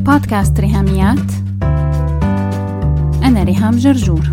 بودكاست ريهاميات. أنا ريهام جرجور.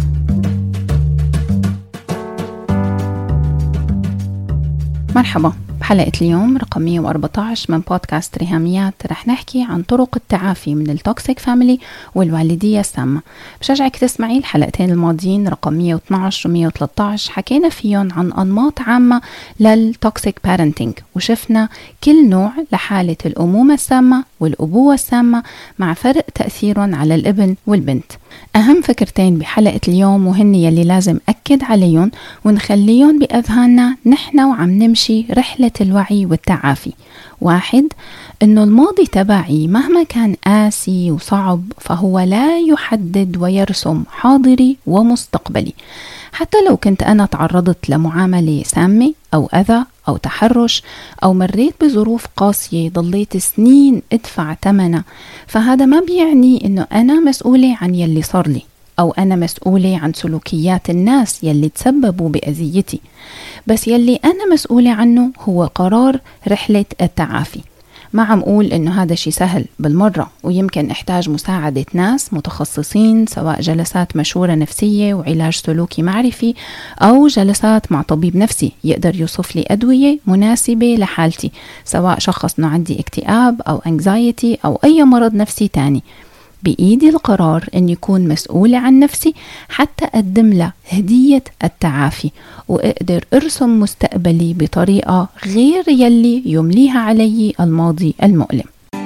مرحبا، بحلقة اليوم رقم 114 من بودكاست ريهاميات رح نحكي عن طرق التعافي من التوكسيك فاميلي والوالدية السامة. بشجعك تسمعي الحلقتين الماضيين رقم 112 و 113، حكينا فيهم عن أنماط عامة للتوكسيك بارنتينج، وشفنا كل نوع لحالة الأمومة السامة والأبوة السامة مع فرق تأثيرهم على الابن والبنت. أهم فكرتين بحلقة اليوم وهن يلي لازم أكد عليهم ونخليهم بأذهاننا نحن وعم نمشي رحلة الوعي والتعافي. واحد، إنه الماضي تبعي مهما كان قاسي وصعب فهو لا يحدد ويرسم حاضري ومستقبلي. حتى لو كنت أنا تعرضت لمعاملة سامة أو أذى أو تحرش أو مريت بظروف قاسية ضليت سنين أدفع ثمنها، فهذا ما بيعني إنه أنا مسؤولة عن يلي صار لي أو أنا مسؤولة عن سلوكيات الناس يلي تسببوا بأذيتي. بس يلي أنا مسؤولة عنه هو قرار رحلة التعافي. ما عم أقول إنه هذا شيء سهل بالمرة، ويمكن احتاج مساعدة ناس متخصصين، سواء جلسات مشورة نفسية وعلاج سلوكي معرفي أو جلسات مع طبيب نفسي يقدر يوصف لي أدوية مناسبة لحالتي، سواء شخص إنه عندي اكتئاب أو anxiety أو أي مرض نفسي تاني. بإيدي القرار أن يكون مسؤولة عن نفسي حتى أقدم له هدية التعافي وأقدر أرسم مستقبلي بطريقة غير يلي يمليها علي الماضي المؤلم.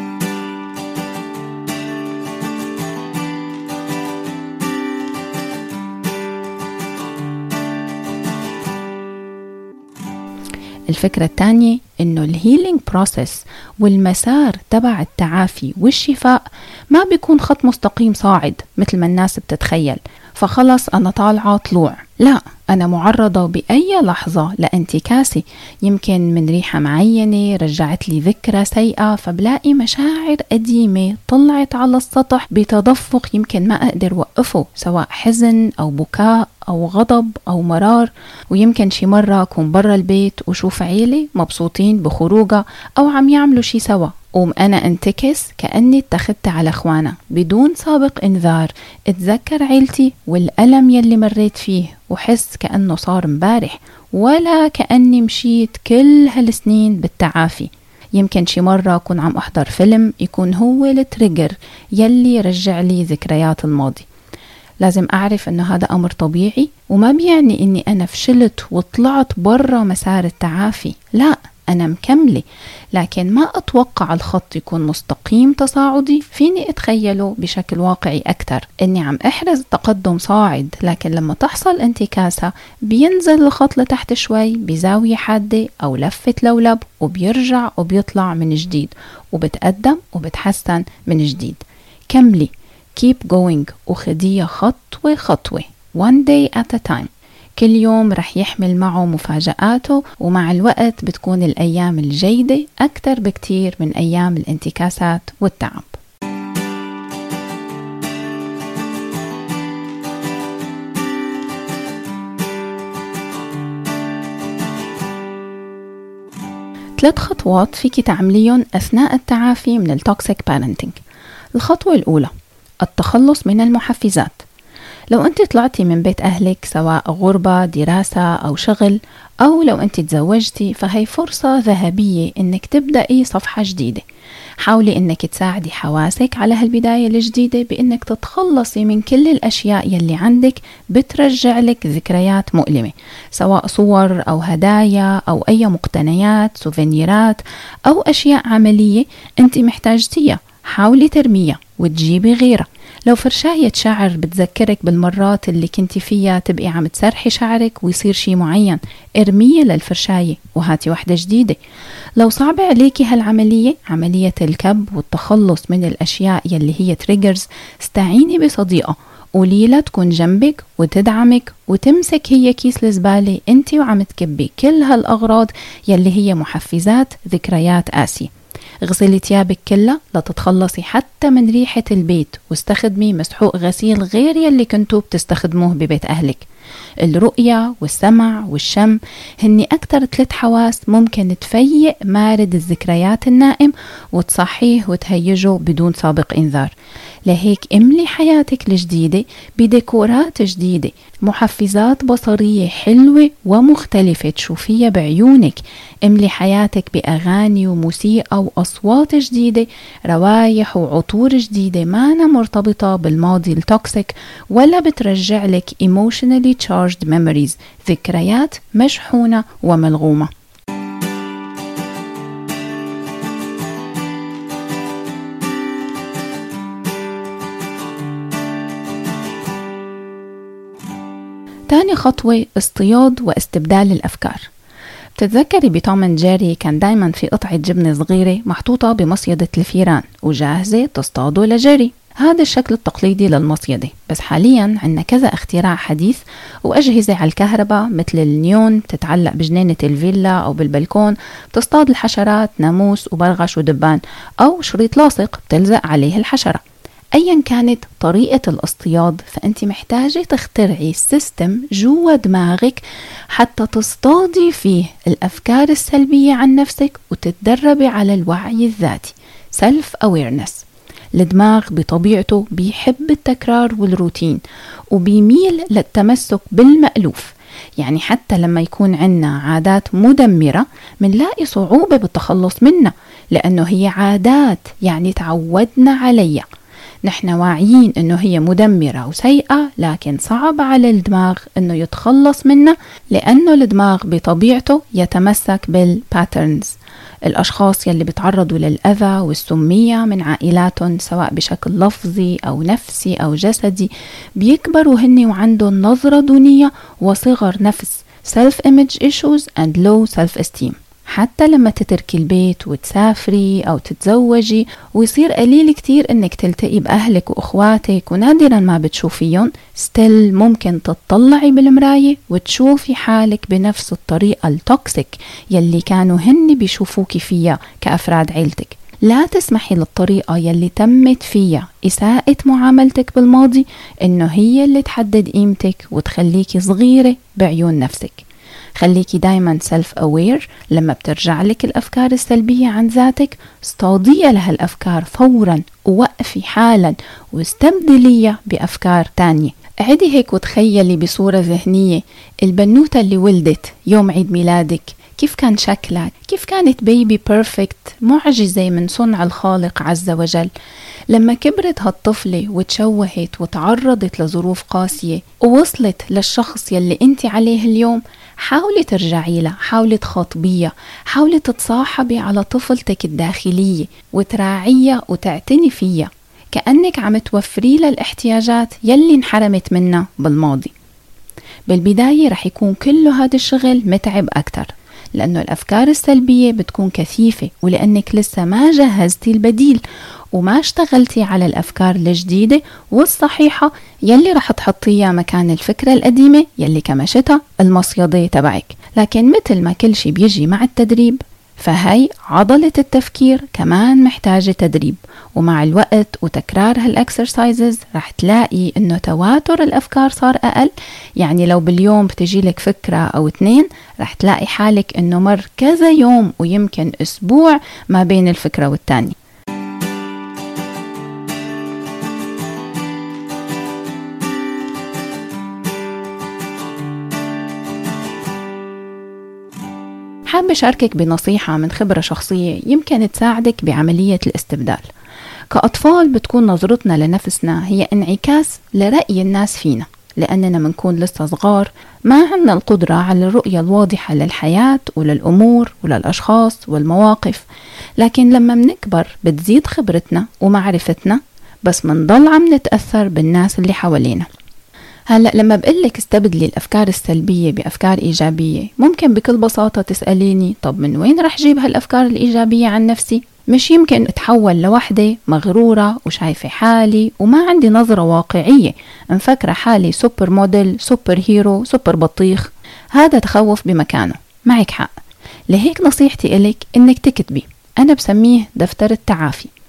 الفكرة الثانية إنه الهيلينج بروسيس والمسار تبع التعافي والشفاء ما بيكون خط مستقيم صاعد مثل ما الناس بتتخيل، فخلص أنا طالعة طلوع. لا، أنا معرضة بأي لحظة لانتكاسة، يمكن من ريحة معينة رجعت لي ذكرى سيئة، فبلاقي مشاعر قديمة طلعت على السطح بتدفق يمكن ما أقدر وقفه، سواء حزن أو بكاء أو غضب أو مرار. ويمكن شي مرة أكون برا البيت وشوف عيلة مبسوطين بخروجة أو عم يعملوا شي سوا، أنا انتكس كأني اتخذت على أخوانا بدون سابق إنذار. اتذكر عيلتي والألم يلي مريت فيه وحس كأنه صار مبارح، ولا كأني مشيت كل هالسنين بالتعافي. يمكن شي مرة أكون عم أحضر فيلم يكون هو التريجر يلي رجع لي ذكريات الماضي. لازم أعرف أنه هذا أمر طبيعي، وما بيعني أني أنا فشلت وطلعت برا مسار التعافي. لا، أنا مكملة، لكن ما أتوقع الخط يكون مستقيم تصاعدي. فيني أتخيله بشكل واقعي أكتر، أني عم أحرز تقدم صاعد، لكن لما تحصل انتكاسة بينزل الخط لتحت شوي بزاوية حادة أو لفة لولب، وبيرجع وبيطلع من جديد وبتقدم وبتحسن من جديد. كملي، keep going، وخديها خطوة خطوة، one day at a time. كل يوم رح يحمل معه مفاجآته، ومع الوقت بتكون الأيام الجيدة أكتر بكتير من أيام الانتكاسات والتعب. ثلاث خطوات فيك تعمليهم أثناء التعافي من التوكسيك بارنتينج. الخطوة الأولى، التخلص من المحفزات. لو أنت طلعتي من بيت أهلك، سواء غربة، دراسة أو شغل، أو لو أنت تزوجتي، فهي فرصة ذهبية إنك تبدأي صفحة جديدة. حاولي إنك تساعدي حواسك على هالبداية الجديدة بإنك تتخلصي من كل الأشياء يلي عندك بترجع لك ذكريات مؤلمة، سواء صور أو هدايا أو أي مقتنيات، سوفينيرات أو أشياء عملية أنت محتاجتيها. حاولي ترميها وتجيبي غيرها. لو فرشاية شعر بتذكرك بالمرات اللي كنتي فيها تبقي عم تسرحي شعرك ويصير شي معين، ارميها للفرشاية وهاتي واحدة جديدة. لو صعب عليكي هالعملية، عملية الكب والتخلص من الأشياء يلي هي تريجرز، استعيني بصديقة قوليلها تكون جنبك وتدعمك وتمسك هي كيس الزبالة انتي وعم تكبي كل هالأغراض يلي هي محفزات ذكريات قاسية. اغسلي ثيابك كلها لتتخلصي حتى من ريحة البيت، واستخدمي مسحوق غسيل غير يلي كنتوا بتستخدموه ببيت أهلك. الرؤية والسمع والشم هني أكتر 3 حواس ممكن تفيق مارد الذكريات النائم وتصحيه وتهيجه بدون سابق إنذار. لهيك املي حياتك الجديدة بديكورات جديدة، محفزات بصرية حلوة ومختلفة تشوفيها بعيونك. املي حياتك بأغاني وموسيقى وأصوات جديدة، روايح وعطور جديدة مانا مرتبطة بالماضي التوكسيك ولا بترجع لك emotionally charged memories، ذكريات مشحونة وملغومة. تاني خطوة اصطياد واستبدال الأفكار. بتتذكري بتوم اند جيري كان دايما في قطعة جبنة صغيرة محطوطة بمصيدة الفيران وجاهزة تصطاده لجيري. هذا الشكل التقليدي للمصيدة، بس حاليا عندنا كذا اختراع حديث وأجهزة على الكهرباء مثل النيون بتتعلق بجنينة الفيلا أو بالبلكون بتصطاد الحشرات، ناموس وبرغش ودبان، أو شريط لاصق بتلزق عليه الحشرة. أيا كانت طريقة الاصطياد فأنت محتاجة تخترعي سيستم جوا دماغك حتى تصطادي فيه الأفكار السلبية عن نفسك وتتدربي على الوعي الذاتي self awareness. الدماغ بطبيعته بيحب التكرار والروتين وبيميل للتمسك بالمألوف، يعني حتى لما يكون عنا عادات مدمرة منلاقي صعوبة بالتخلص منها لأنه هي عادات، يعني تعودنا عليها. نحن واعيين انه هي مدمرة وسيئة، لكن صعب على الدماغ انه يتخلص منها لانه الدماغ بطبيعته يتمسك بالباترنز. الاشخاص يلي بيتعرضوا للاذى والسمية من عائلاتهم سواء بشكل لفظي او نفسي او جسدي بيكبروا هني وعندهم نظرة دونية وصغر نفس self-image issues and low self-esteem. حتى لما تتركي البيت وتسافري أو تتزوجي ويصير قليل كتير إنك تلتقي بأهلك وأخواتك ونادرا ما بتشوفيهم، ستيل ممكن تطلعي بالمراية وتشوفي حالك بنفس الطريقة التوكسيك يلي كانوا هن بيشوفوكي فيها كأفراد عيلتك. لا تسمحي للطريقة يلي تمت فيها إساءة معاملتك بالماضي إنه هي اللي تحدد قيمتك وتخليكي صغيرة بعيون نفسك. خليكي دايما self aware لما بترجع لك الأفكار السلبية عن ذاتك، اصطادية لها الأفكار فورا ووقفي حالا واستبدليها بأفكار تانية. اعدي هيك وتخيلي بصورة ذهنية البنوتة اللي ولدت يوم عيد ميلادك، كيف كان شكلها، كيف كانت بيبي بيرفكت معجزة من صنع الخالق عز وجل. لما كبرت هالطفلة وتشوهت وتعرضت لظروف قاسية ووصلت للشخص يلي انت عليه اليوم، حاولي ترجعي لها، حاولي تخاطبيها، حاولي تتصاحبي على طفلتك الداخلية وتراعيها وتعتني فيها كأنك عم توفري لها الاحتياجات يلي انحرمت منها بالماضي. بالبداية رح يكون كل هذا الشغل متعب أكتر لأنه الأفكار السلبية بتكون كثيفة ولأنك لسه ما جهزتي البديل وما اشتغلتي على الأفكار الجديدة والصحيحة يلي رح تحطيها مكان الفكرة القديمة يلي كمشتها المصيدة تبعك. لكن مثل ما كل شي بيجي مع التدريب، فهي عضلة التفكير كمان محتاجة تدريب، ومع الوقت وتكرار هالأكسرسايزز رح تلاقي انه تواتر الأفكار صار أقل. يعني لو باليوم بتجيلك فكرة أو 2 رح تلاقي حالك انه مر كذا يوم ويمكن أسبوع ما بين الفكرة والتانية. حابة أشاركك بنصيحة من خبرة شخصية يمكن تساعدك بعملية الاستبدال. كأطفال بتكون نظرتنا لنفسنا هي انعكاس لرأي الناس فينا، لأننا منكون لسه صغار ما عندنا القدرة على الرؤية الواضحة للحياة وللأمور وللأشخاص والمواقف. لكن لما منكبر بتزيد خبرتنا ومعرفتنا، بس منضل عم نتأثر بالناس اللي حوالينا. هلأ لما بقلك استبدلي الأفكار السلبية بأفكار إيجابية، ممكن بكل بساطة تسأليني طب من وين رح جيب هالأفكار الإيجابية عن نفسي؟ مش يمكن أتحول لوحدة مغرورة وشايفة حالي وما عندي نظرة واقعية، مفكرة حالي سوبر موديل، سوبر هيرو، سوبر بطيخ؟ هذا تخوف بمكانه، معك حق. لهيك نصيحتي إلك إنك تكتبي، أنا بسميه دفتر التعافي.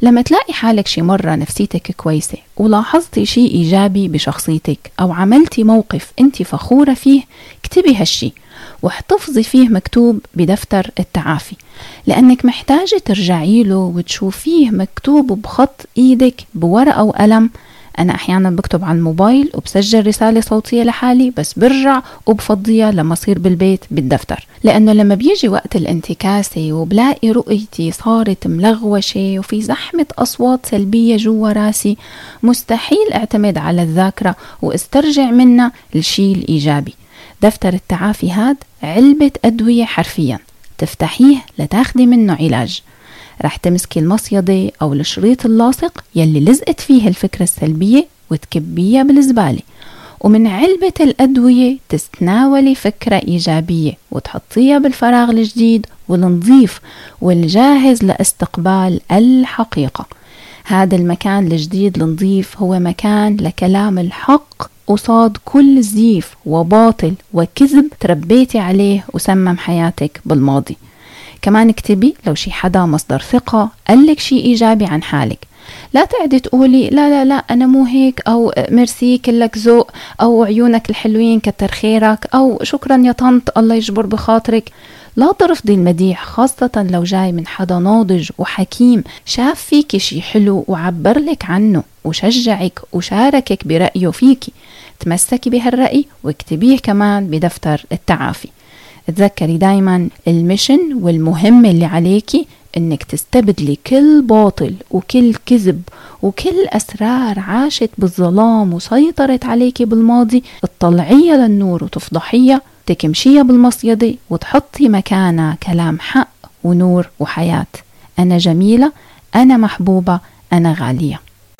لما تلاقي حالك شي مرة نفسيتك كويسة ولاحظتي شي إيجابي بشخصيتك أو عملتي موقف أنت فخورة فيه، اكتبي هالشي واحتفظي فيه مكتوب بدفتر التعافي، لأنك محتاجة ترجعي له وتشوفيه مكتوب بخط إيدك بورقة وقلم. أنا أحيانا بكتب على الموبايل وبسجل رسالة صوتية لحالي، بس برجع وبفضيها لما أصير بالبيت بالدفتر، لأنه لما بيجي وقت الانتكاسة وبلاقي رؤيتي صارت ملغوشة وفي زحمة أصوات سلبية جوا راسي، مستحيل اعتمد على الذاكرة واسترجع منها الشيء الإيجابي. دفتر التعافي هاد علبة أدوية حرفيا، تفتحيه لتاخدي منه علاج. رح تمسكي المصيدة أو الشريط اللاصق يلي لزقت فيه الفكرة السلبية وتكبيها بالزبالة، ومن علبة الأدوية تستناولي فكرة إيجابية وتحطيها بالفراغ الجديد والنظيف والجاهز لاستقبال الحقيقة. هذا المكان الجديد النظيف هو مكان لكلام الحق قصاد كل زيف وباطل وكذب تربيتي عليه وسمم حياتك بالماضي. كمان اكتبي لو شي حدا مصدر ثقة قالك شي إيجابي عن حالك، لا تعدي تقولي لا لا لا أنا مو هيك، أو ميرسي كلك ذوق، أو عيونك الحلوين كتر خيرك، أو شكرا يا طنط الله يجبر بخاطرك. لا ترفضي المديح، خاصة لو جاي من حدا ناضج وحكيم شاف فيكي شي حلو وعبر لك عنه وشجعك وشاركك برأيه فيكي. تمسكي بهالرأي واكتبيه كمان بدفتر التعافي. تذكري دايما الميشن والمهمة اللي عليكي انك تستبدلي كل باطل وكل كذب وكل اسرار عاشت بالظلام وسيطرت عليكي بالماضي، تطلعيها للنور وتفضحيها، تكمشيها بالمصيدة وتحطي مكانها كلام حق ونور وحياة. أنا جميلة، أنا محبوبة، أنا غالية.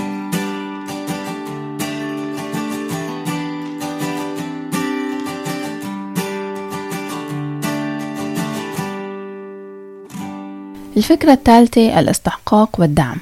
الفكرة الثالثة الاستحقاق والدعم.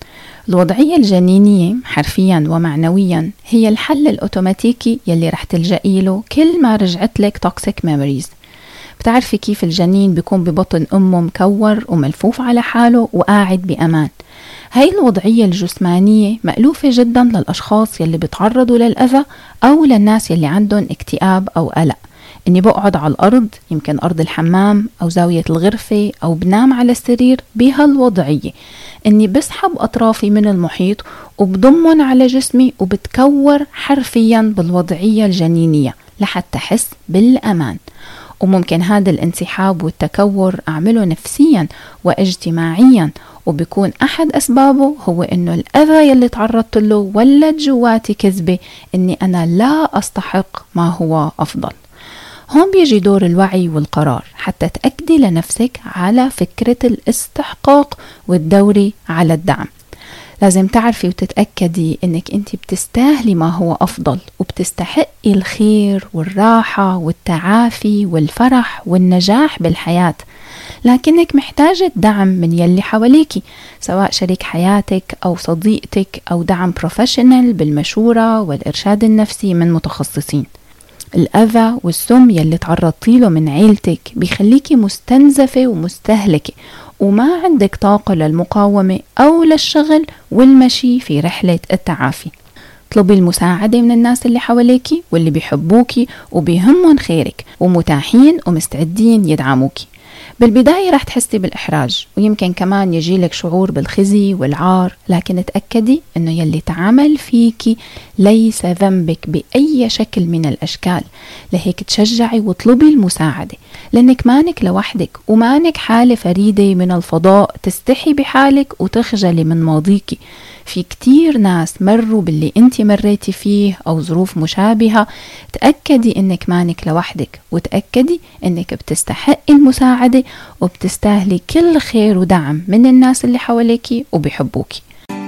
الوضعية الجنينية حرفيا ومعنويا هي الحل الأوتوماتيكي يلي رح تلجئي له كل ما رجعت لك توكسيك ميموريز. بتعرفي كيف الجنين بيكون ببطن أمه مكور وملفوف على حاله وقاعد بأمان. هاي الوضعية الجسمانية مألوفة جدا للأشخاص يلي بيتعرضوا للأذى أو للناس يلي عندهم اكتئاب أو قلق. إني بقعد على الأرض، يمكن أرض الحمام أو زاوية الغرفة، أو بنام على السرير بهالوضعية. إني بسحب أطرافي من المحيط وبضمن على جسمي وبتكور حرفيا بالوضعية الجنينية لحتى أحس بالأمان. وممكن هذا الانسحاب والتكور أعمله نفسيا واجتماعيا، وبيكون أحد أسبابه هو إنه الأذى يلي تعرضت له ولد جواتي كذبة إني أنا لا أستحق ما هو أفضل. هون بيجي دور الوعي والقرار حتى تأكدي لنفسك على فكرة الاستحقاق والدوري على الدعم. لازم تعرفي وتتأكدي انك انت بتستاهلي ما هو أفضل، وبتستحقي الخير والراحة والتعافي والفرح والنجاح بالحياة، لكنك محتاجة دعم من يلي حواليكي، سواء شريك حياتك أو صديقتك أو دعم بروفيشنال بالمشورة والإرشاد النفسي من متخصصين. الأذى والسم يلي تعرضتي له من عيلتك بيخليكي مستنزفة ومستهلكة وما عندك طاقة للمقاومة أو للشغل والمشي في رحلة التعافي. اطلبي المساعدة من الناس اللي حواليكي واللي بيحبوكي وبيهمهم خيرك ومتاحين ومستعدين يدعموكي. بالبداية رح تحسي بالإحراج ويمكن كمان يجيلك شعور بالخزي والعار، لكن تأكدي أنه يلي تعامل فيكي ليس ذنبك بأي شكل من الأشكال. لهيك تشجعي واطلبي المساعدة، لأنك مانك لوحدك ومانك حالة فريدة من الفضاء تستحي بحالك وتخجلي من ماضيكي. في كتير ناس مروا باللي انت مريتي فيه أو ظروف مشابهة. تأكدي انك مانك لوحدك، وتأكدي انك بتستحقي المساعدة وبتستاهلي كل خير ودعم من الناس اللي حواليكي وبيحبوكي.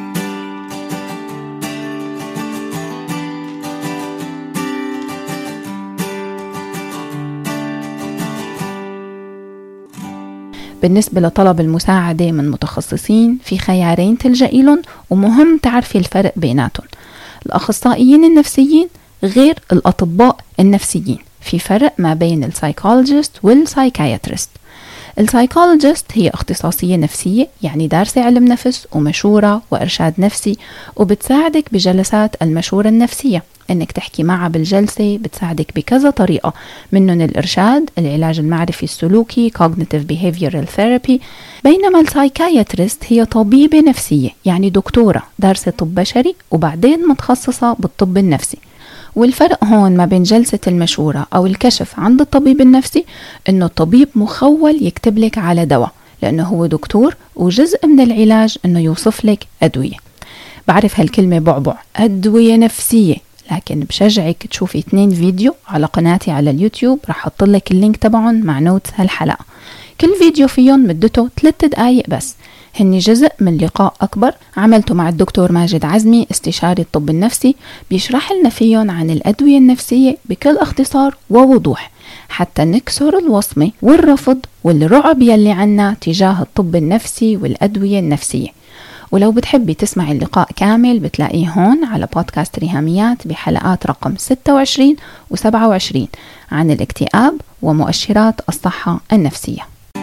بالنسبة لطلب المساعدة من متخصصين، في خيارين تلجئي لهم ومهم تعرفي الفرق بيناتهم. الأخصائيين النفسيين غير الأطباء النفسيين، في فرق ما بين السايكولوجيست والسايكاياتريست. السايكولوجيست هي اختصاصية نفسية، يعني دارسة علم نفس ومشورة وإرشاد نفسي، وبتساعدك بجلسات المشورة النفسية، انك تحكي معها بالجلسة بتساعدك بكذا طريقة، منهم الإرشاد، العلاج المعرفي السلوكي Cognitive Behavioral Therapy. بينما السايكايتريست هي طبيبة نفسية، يعني دكتورة دارسة طب بشري وبعدين متخصصة بالطب النفسي. والفرق هون ما بين جلسة المشورة أو الكشف عند الطبيب النفسي إنه الطبيب مخول يكتب لك على دواء، لأنه هو دكتور، وجزء من العلاج إنه يوصف لك أدوية. بعرف هالكلمة بعبع، أدوية نفسية، لكن بشجعك تشوفي 2 فيديو على قناتي على اليوتيوب، رح أحط لك اللينك تبعهم مع نوتس هالحلقة. كل فيديو فيهم مدته 3 دقايق بس، هني جزء من لقاء أكبر عملته مع الدكتور ماجد عزمي استشاري الطب النفسي، بيشرح لنا فيهم عن الأدوية النفسية بكل اختصار ووضوح، حتى نكسر الوصمة والرفض والرعب يلي عنا تجاه الطب النفسي والأدوية النفسية. ولو بتحبي تسمعي اللقاء كامل بتلاقيه هون على بودكاست ريهاميات بحلقات رقم 26 و27 عن الاكتئاب ومؤشرات الصحة النفسية.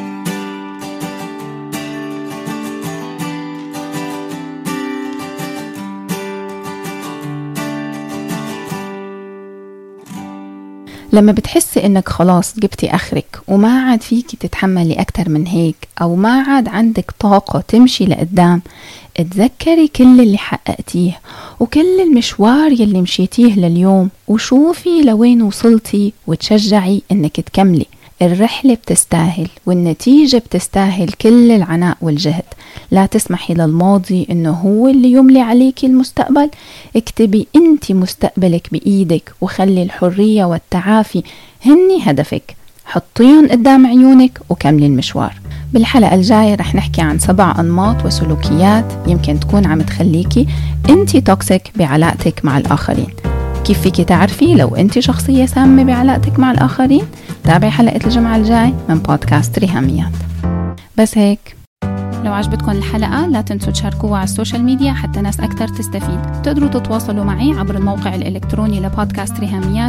لما بتحسي انك خلاص جبتي اخرك وما عاد فيكي تتحملي اكتر من هيك، او ما عاد عندك طاقة تمشي لقدام، اتذكري كل اللي حققتيه وكل المشوار يلي مشيتيه لليوم، وشوفي لوين وصلتي وتشجعي انك تكملي. الرحلة بتستاهل والنتيجة بتستاهل كل العناء والجهد. لا تسمحي للماضي انه هو اللي يملي عليك المستقبل، اكتبي انت مستقبلك بإيدك، وخلي الحرية والتعافي هني هدفك. حطيهم قدام عيونك وكملي المشوار. بالحلقة الجاية رح نحكي عن 7 أنماط وسلوكيات يمكن تكون عم تخليكي انت توكسيك بعلاقتك مع الآخرين. كيف فيكي تعرفي لو انت شخصية سامة بعلاقتك مع الآخرين؟ تابعي حلقة الجمعة الجاي من بودكاست ريهاميات. بس هيك، لو عجبتكم الحلقة لا تنسوا تشاركوها على السوشيال ميديا حتى ناس أكتر تستفيد. تقدروا تتواصلوا معي عبر الموقع الإلكتروني لبودكاست ريهاميات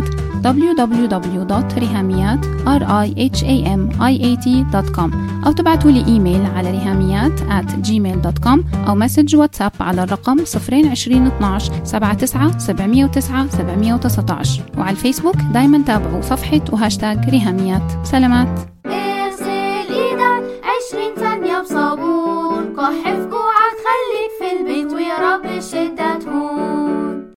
www.rihamiat.com، أو تبعتوا لي إيميل على ريهاميات@gmail.com، أو مسج واتساب على الرقم 020 12 79 709 719. وعلى الفيسبوك دايما تابعوا صفحة وهاشتاج ريهاميات. سلامات.